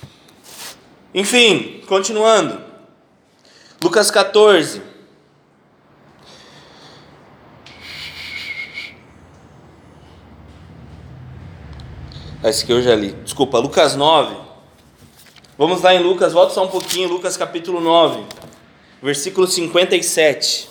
Enfim, continuando. Lucas catorze. Esse aqui eu já li. Desculpa, Lucas nove. Vamos lá em Lucas, volta só um pouquinho, Lucas capítulo nove, versículo cinquenta e sete.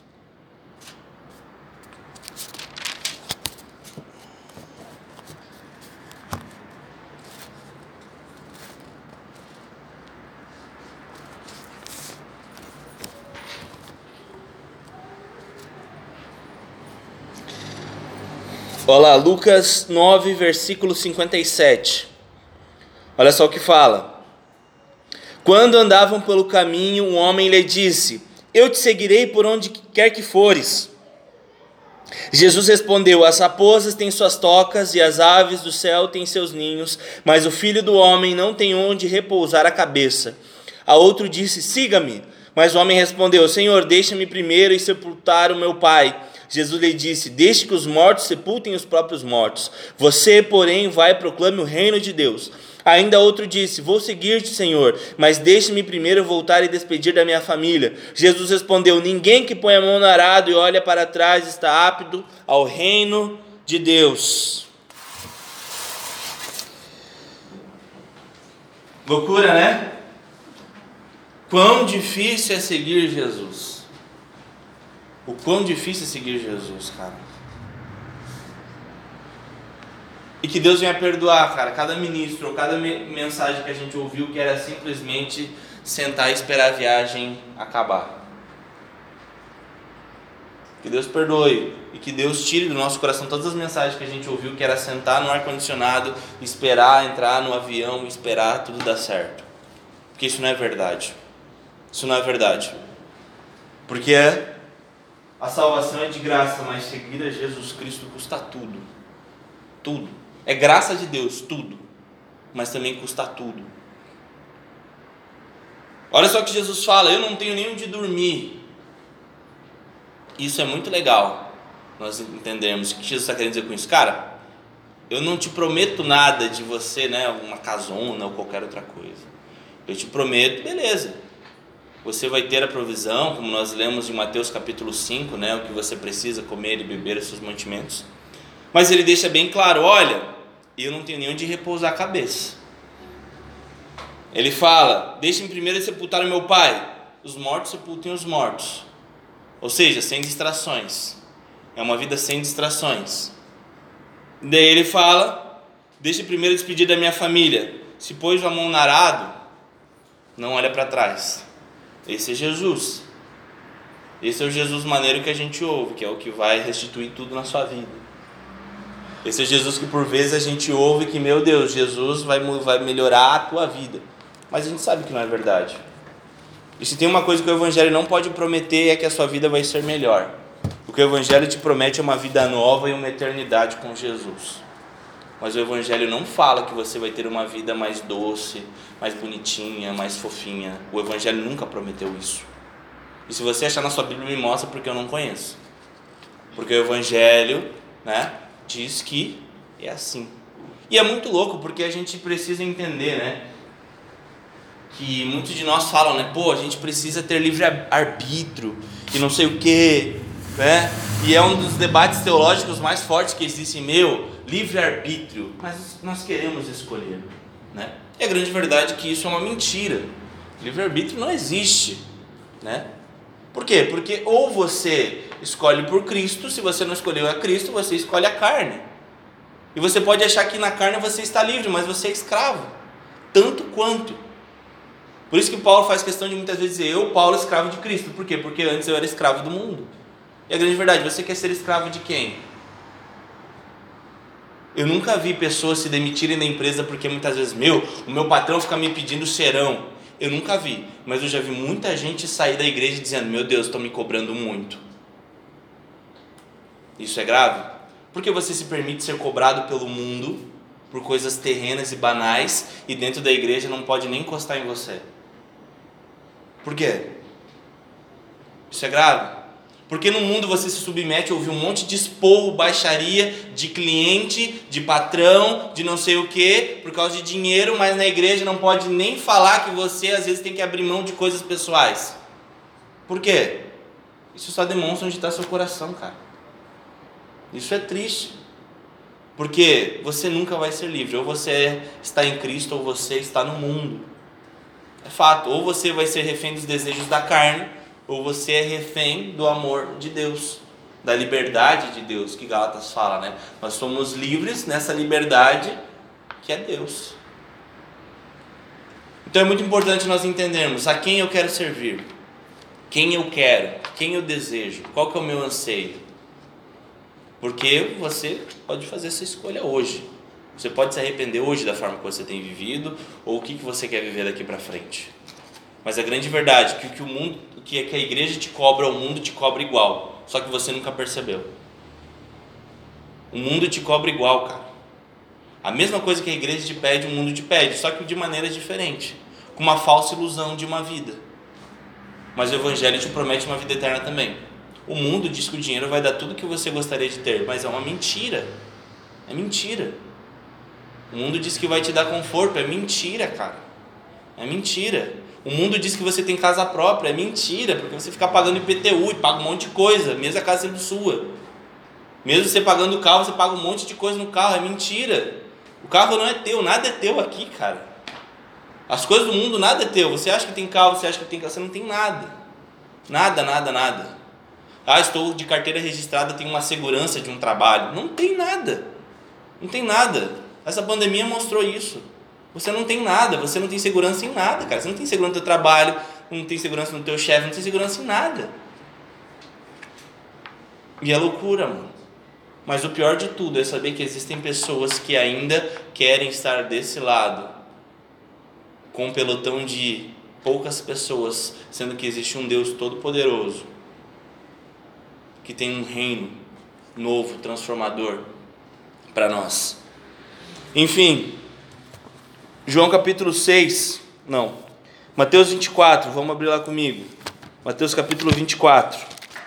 Olha lá, Lucas nove, versículo cinquenta e sete. Olha só o que fala. Quando andavam pelo caminho, um homem lhe disse, eu te seguirei por onde quer que fores. Jesus respondeu, as raposas têm suas tocas e as aves do céu têm seus ninhos, mas o filho do homem não tem onde repousar a cabeça. A outro disse, siga-me. Mas o homem respondeu, Senhor, deixa-me primeiro ir sepultar o meu pai. Jesus lhe disse, deixe que os mortos sepultem os próprios mortos. Você, porém, vai e proclame o reino de Deus. Ainda outro disse, vou seguir-te, Senhor, mas deixe-me primeiro voltar e despedir da minha família. Jesus respondeu, ninguém que põe a mão no arado e olha para trás está apto ao reino de Deus. Loucura, né? Quão difícil é seguir Jesus. O quão difícil é seguir Jesus, cara. E que Deus venha perdoar, cara, cada ministro ou cada mensagem que a gente ouviu que era simplesmente sentar e esperar a viagem acabar. Que Deus perdoe e que Deus tire do nosso coração todas as mensagens que a gente ouviu que era sentar no ar-condicionado, esperar entrar no avião e esperar tudo dar certo. Porque isso não é verdade. Isso não é verdade. Porque a salvação é de graça, mas seguir a Jesus Cristo custa tudo. Tudo. É graça de Deus, tudo. Mas também custa tudo. Olha só o que Jesus fala, eu não tenho nem onde dormir. Isso é muito legal. Nós entendemos o que Jesus está querendo dizer com isso. Cara, eu não te prometo nada de você, né, uma casona ou qualquer outra coisa. Eu te prometo, beleza. Você vai ter a provisão, como nós lemos em Mateus capítulo cinco, né, o que você precisa comer e beber, os seus mantimentos. Mas ele deixa bem claro, olha, eu não tenho nem onde repousar a cabeça. Ele fala, deixe-me primeiro sepultar o meu pai. Os mortos sepultem os mortos. Ou seja, sem distrações. É uma vida sem distrações. Daí ele fala, deixe primeiro despedir da minha família. Se pôs a mão no arado, não olha para trás. Esse é Jesus. Esse é o Jesus maneiro que a gente ouve, que é o que vai restituir tudo na sua vida. Esse é Jesus que por vezes a gente ouve que, meu Deus, Jesus vai, vai melhorar a tua vida. Mas a gente sabe que não é verdade. E se tem uma coisa que o Evangelho não pode prometer é que a sua vida vai ser melhor. O que o Evangelho te promete é uma vida nova e uma eternidade com Jesus. Mas o Evangelho não fala que você vai ter uma vida mais doce, mais bonitinha, mais fofinha. O Evangelho nunca prometeu isso. E se você achar na sua Bíblia, me mostra, porque eu não conheço. Porque o Evangelho, né, diz que é assim. E é muito louco, porque a gente precisa entender, né, que muitos de nós falam, né, pô, a gente precisa ter livre-arbítrio e não sei o quê, né? E é um dos debates teológicos mais fortes que existem, meu, livre-arbítrio, mas nós queremos escolher, né? E a grande verdade é que isso é uma mentira. Livre-arbítrio não existe, né? Por quê? Porque ou você escolhe por Cristo, se você não escolheu a Cristo, você escolhe a carne. E você pode achar que na carne você está livre, mas você é escravo, tanto quanto. Por isso que Paulo faz questão de muitas vezes dizer, eu, Paulo, escravo de Cristo. Por quê? Porque antes eu era escravo do mundo. E a grande verdade, você quer ser escravo de quem? Eu nunca vi pessoas se demitirem da empresa porque muitas vezes, meu, o meu patrão fica me pedindo serão. Eu nunca vi, mas eu já vi muita gente sair da igreja dizendo, meu Deus, estão me cobrando muito. Isso é grave? Porque você se permite ser cobrado pelo mundo por coisas terrenas e banais e dentro da igreja não pode nem encostar em você. Por quê? Isso é grave? Porque no mundo você se submete a ouvir um monte de esporro, baixaria, de cliente, de patrão, de não sei o que, por causa de dinheiro, mas na igreja não pode nem falar que você às vezes tem que abrir mão de coisas pessoais. Por quê? Isso só demonstra onde está seu coração, cara. Isso é triste. Porque você nunca vai ser livre. Ou você está em Cristo ou você está no mundo. É fato. Ou você vai ser refém dos desejos da carne, ou você é refém do amor de Deus, da liberdade de Deus, que Gálatas fala, né? Nós somos livres nessa liberdade que é Deus. Então é muito importante nós entendermos a quem eu quero servir, quem eu quero, quem eu desejo, qual que é o meu anseio. Porque você pode fazer essa escolha hoje. Você pode se arrepender hoje da forma que você tem vivido, ou o que que você quer viver daqui para frente. Mas a grande verdade é que o que o mundo, o que a igreja te cobra, o mundo te cobra igual, só que você nunca percebeu. O mundo te cobra igual, cara. A mesma coisa que a igreja te pede, o mundo te pede, só que de maneira diferente, com uma falsa ilusão de uma vida. Mas o evangelho te promete uma vida eterna também. O mundo diz que o dinheiro vai dar tudo o que você gostaria de ter, mas é uma mentira. É mentira. O mundo diz que vai te dar conforto, é mentira, cara. É mentira. O mundo diz que você tem casa própria, é mentira, porque você fica pagando I P T U e paga um monte de coisa, mesmo a casa sendo sua. Mesmo você pagando o carro, você paga um monte de coisa no carro, é mentira. O carro não é teu, nada é teu aqui, cara. As coisas do mundo, nada é teu. Você acha que tem carro, você acha que tem carro, você não tem nada. Nada, nada, nada. Ah, estou de carteira registrada, tenho uma segurança de um trabalho. Não tem nada. Não tem nada. Essa pandemia mostrou isso. Você não tem nada, você não tem segurança em nada, cara. Você não tem segurança no teu trabalho, não tem segurança no teu chefe, não tem segurança em nada. E é loucura, mano. Mas o pior de tudo é saber que existem pessoas que ainda querem estar desse lado, com um pelotão de poucas pessoas, sendo que existe um Deus todo-poderoso, que tem um reino novo, transformador para nós. Enfim, João capítulo seis, não, Mateus vinte e quatro, vamos abrir lá comigo. Mateus capítulo vinte e quatro.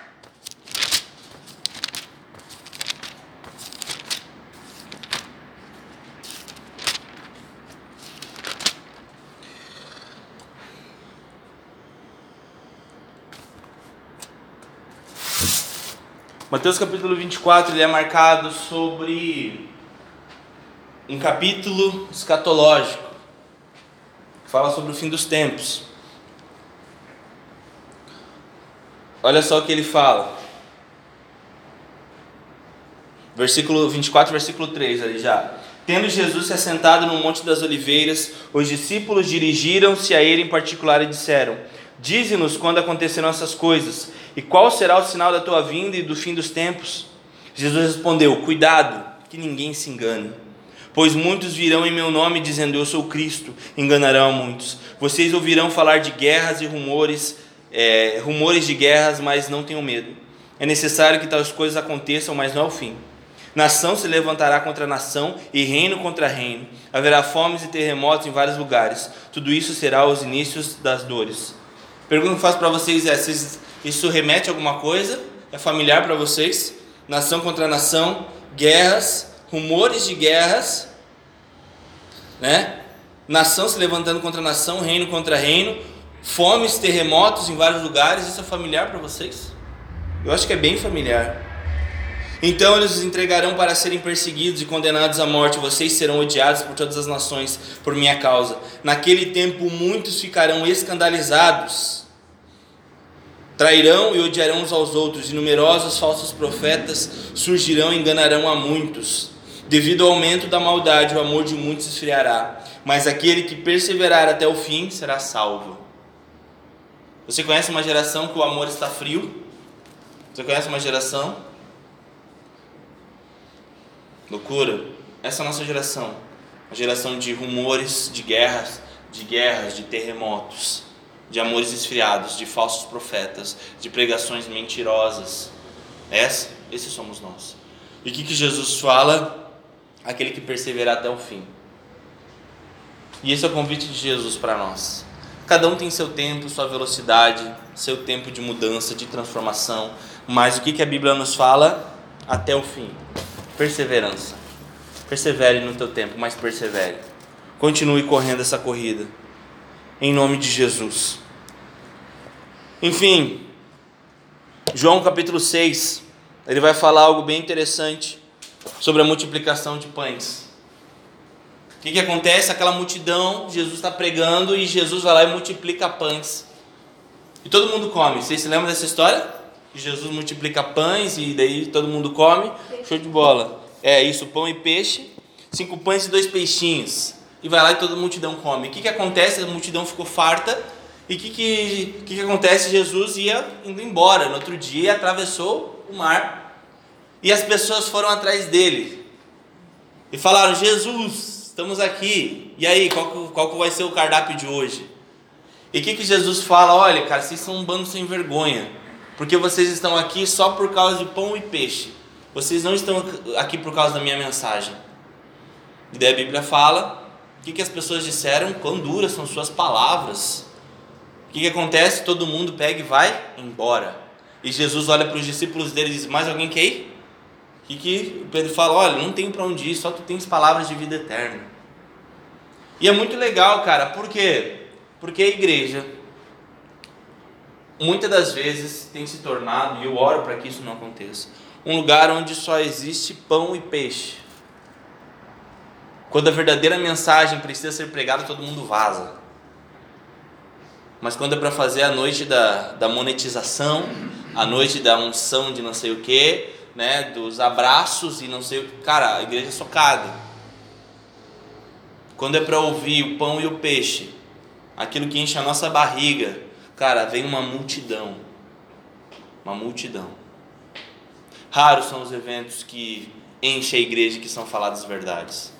Mateus capítulo vinte e quatro, ele é marcado sobre um capítulo escatológico, que fala sobre o fim dos tempos. Olha só o que ele fala. Versículo vinte e quatro, versículo três ali já. Tendo Jesus se assentado no Monte das Oliveiras, os discípulos dirigiram-se a ele em particular e disseram: Dize-nos quando acontecerão essas coisas, e qual será o sinal da tua vinda e do fim dos tempos? Jesus respondeu: Cuidado, que ninguém se engane, pois muitos virão em meu nome dizendo eu sou Cristo, enganarão a muitos. Vocês ouvirão falar de guerras e rumores, é, rumores de guerras, mas não tenham medo. É necessário que tais coisas aconteçam, mas não é o fim. Nação se levantará contra nação e reino contra reino. Haverá fomes e terremotos em vários lugares. Tudo isso será os inícios das dores. A pergunta que eu faço para vocês é: vocês, isso remete a alguma coisa? É familiar para vocês? Nação contra nação, guerras, rumores de guerras, né? Nação se levantando contra nação, reino contra reino, fomes, terremotos em vários lugares. Isso é familiar para vocês? Eu acho que é bem familiar. Então eles os entregarão para serem perseguidos e condenados à morte. Vocês serão odiados por todas as nações por minha causa. Naquele tempo muitos ficarão escandalizados, trairão e odiarão uns aos outros, e numerosos falsos profetas surgirão e enganarão a muitos. Devido ao aumento da maldade, o amor de muitos esfriará, mas aquele que perseverar até o fim será salvo. Você conhece uma geração que o amor está frio? Você conhece uma geração? Loucura. Essa é a nossa geração. A geração de rumores, de guerras, de guerras, de terremotos, de amores esfriados, de falsos profetas, de pregações mentirosas. Essa, esses somos nós. E o que, que Jesus fala? Aquele que perseverar até o fim. E esse é o convite de Jesus para nós. Cada um tem seu tempo, sua velocidade, seu tempo de mudança, de transformação. Mas o que, que a Bíblia nos fala? Até o fim. Perseverança. Persevere no teu tempo, mas persevere. Continue correndo essa corrida. Em nome de Jesus. Enfim, João capítulo seis, ele vai falar algo bem interessante sobre a multiplicação de pães. O que, que acontece? Aquela multidão, Jesus está pregando e Jesus vai lá e multiplica pães. E todo mundo come. Vocês se lembram dessa história? Que Jesus multiplica pães e daí todo mundo come. Show de bola. É isso, pão e peixe. Cinco pães e dois peixinhos. E vai lá e toda a multidão come. O que, que acontece? A multidão ficou farta. E o que, que, que, que acontece? Jesus ia indo embora. No outro dia atravessou o mar. E as pessoas foram atrás dele. E falaram: Jesus, estamos aqui. E aí, qual, qual que vai ser o cardápio de hoje? E o que, que Jesus fala? Olha, cara, vocês são um bando sem vergonha. Porque vocês estão aqui só por causa de pão e peixe. Vocês não estão aqui por causa da minha mensagem. E daí a Bíblia fala, o que, que as pessoas disseram? Quão duras são suas palavras. O que, que acontece? Todo mundo pega e vai embora. E Jesus olha para os discípulos dele e diz: mais alguém quer ir? O que, que Pedro fala? Olha, não tenho para onde ir, só tu tens palavras de vida eterna. E é muito legal, cara. Por quê? Porque a igreja, muitas das vezes, tem se tornado, e eu oro para que isso não aconteça, um lugar onde só existe pão e peixe. Quando a verdadeira mensagem precisa ser pregada, todo mundo vaza. Mas quando é para fazer a noite da, da monetização, a noite da unção de não sei o que, né, dos abraços e não sei o que, cara, a igreja é socada. Quando é para ouvir o pão e o peixe, aquilo que enche a nossa barriga, cara, vem uma multidão. Uma multidão. Raros são os eventos que enchem a igreja, que são faladas verdades.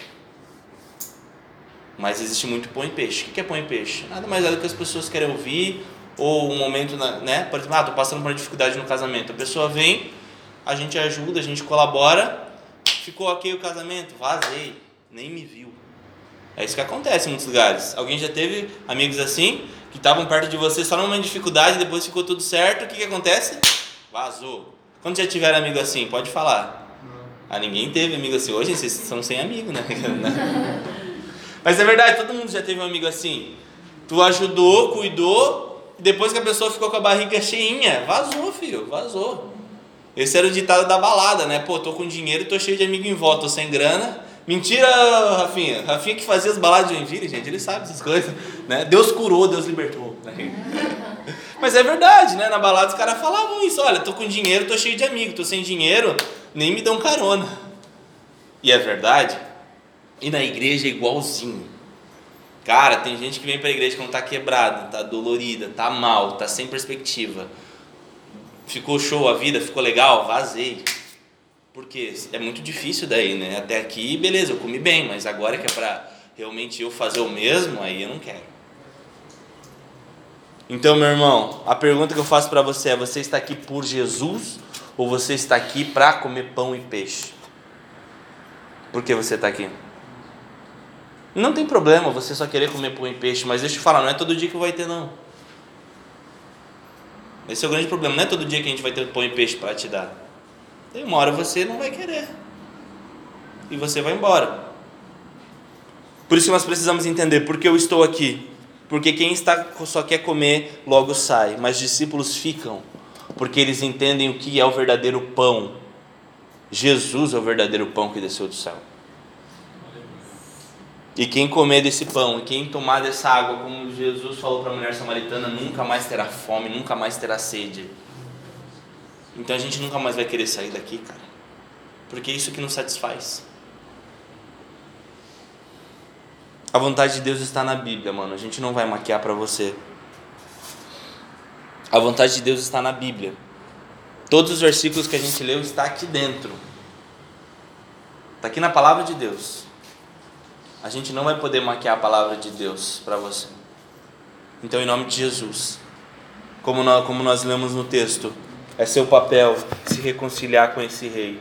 Mas existe muito pão e peixe. O que é pão e peixe? Nada mais é do que as pessoas querem ouvir, ou um momento, né? Por exemplo, ah, estou passando por uma dificuldade no casamento. A pessoa vem, a gente ajuda, a gente colabora, ficou ok o casamento, vazei, nem me viu. É isso que acontece em muitos lugares. Alguém já teve amigos assim, que estavam perto de você só numa dificuldade, depois ficou tudo certo, o que, que acontece? Vazou. Quando já tiveram amigo assim, pode falar. Ah, ninguém teve amigo assim. Hoje vocês são sem amigo, né? Mas é verdade, todo mundo já teve um amigo assim. Tu ajudou, cuidou, e depois que a pessoa ficou com a barriga cheinha, vazou, filho, vazou. Esse era o ditado da balada, né? Pô, tô com dinheiro e tô cheio de amigo em volta, tô sem grana. Mentira, Rafinha. Rafinha que fazia as baladas de Joinville, gente, ele sabe essas coisas, né? Deus curou, Deus libertou. Mas é verdade, né? Na balada os caras falavam isso. Olha, tô com dinheiro, tô cheio de amigo. Tô sem dinheiro, nem me dão carona. E é verdade. E na igreja é igualzinho. Cara, tem gente que vem pra igreja quando tá quebrada, tá dolorida, tá mal, tá sem perspectiva. Ficou show a vida, ficou legal, vazei. Porque é muito difícil daí, né? Até aqui, beleza, eu comi bem, mas agora que é pra realmente eu fazer o mesmo, aí eu não quero. Então, meu irmão, a pergunta que eu faço pra você é: você está aqui por Jesus ou você está aqui pra comer pão e peixe? Por que você está aqui? Não tem problema você só querer comer pão e peixe, mas deixa eu te falar, não é todo dia que vai ter, não. Esse é o grande problema, não é todo dia que a gente vai ter pão e peixe para te dar. Tem uma hora você não vai querer e você vai embora. Por isso que nós precisamos entender por que eu estou aqui. Porque quem está só quer comer, logo sai. Mas discípulos ficam, porque eles entendem o que é o verdadeiro pão. Jesus é o verdadeiro pão que desceu do céu. E quem comer desse pão, e quem tomar dessa água, como Jesus falou para a mulher samaritana, nunca mais terá fome, nunca mais terá sede. Então a gente nunca mais vai querer sair daqui, cara. Porque é isso que nos satisfaz. A vontade de Deus está na Bíblia, mano. A gente não vai maquiar para você. A vontade de Deus está na Bíblia. Todos os versículos que a gente leu está aqui dentro. Está aqui na palavra de Deus. A gente não vai poder maquiar a palavra de Deus para você. Então, em nome de Jesus, como nós, como nós lemos no texto, é seu papel se reconciliar com esse rei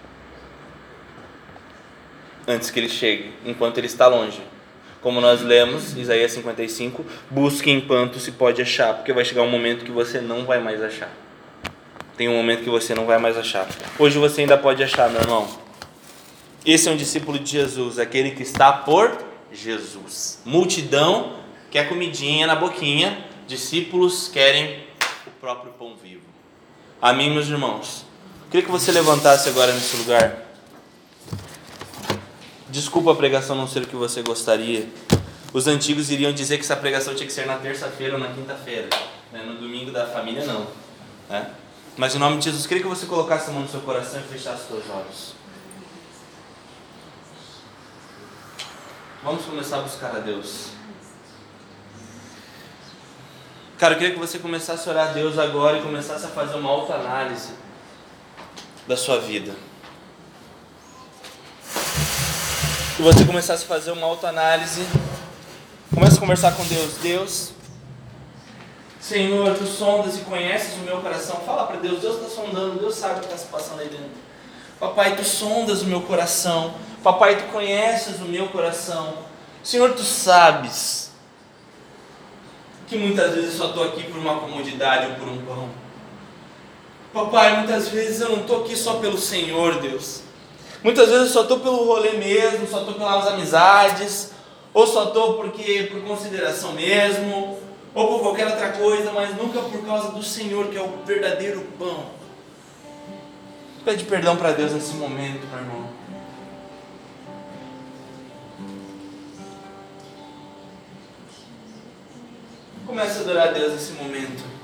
antes que ele chegue, enquanto ele está longe. Como nós lemos, Isaías cinquenta e cinco, busque enquanto se pode achar, porque vai chegar um momento que você não vai mais achar. Tem um momento que você não vai mais achar. Hoje você ainda pode achar, meu irmão. Esse é um discípulo de Jesus, aquele que está por Jesus. Multidão quer comidinha na boquinha, discípulos querem o próprio pão vivo. Amém, meus irmãos? Eu queria que você levantasse agora nesse lugar. Desculpa a pregação não ser o que você gostaria. Os antigos iriam dizer que essa pregação tinha que ser na terça-feira ou na quinta-feira, né? No domingo da família não, né? Mas em nome de Jesus, eu queria que você colocasse a mão no seu coração e fechasse os seus olhos. Vamos começar a buscar a Deus. Cara, eu queria que você começasse a orar a Deus agora e começasse a fazer uma autoanálise da sua vida. Que você começasse a fazer uma autoanálise. Comece a conversar com Deus. Deus, Senhor, Tu sondas e conheces o meu coração. Fala para Deus. Deus está sondando. Deus sabe o que está se passando aí dentro. Papai, Tu sondas o meu coração. Papai, Tu conheces o meu coração. Senhor, Tu sabes que muitas vezes eu só estou aqui por uma comodidade ou por um pão. Papai, muitas vezes eu não estou aqui só pelo Senhor, Deus. Muitas vezes eu só estou pelo rolê mesmo, só estou pelas amizades, ou só estou porque por consideração mesmo, ou por qualquer outra coisa, mas nunca por causa do Senhor, que é o verdadeiro pão. Pede perdão para Deus nesse momento, meu irmão. Comece a adorar a Deus nesse momento.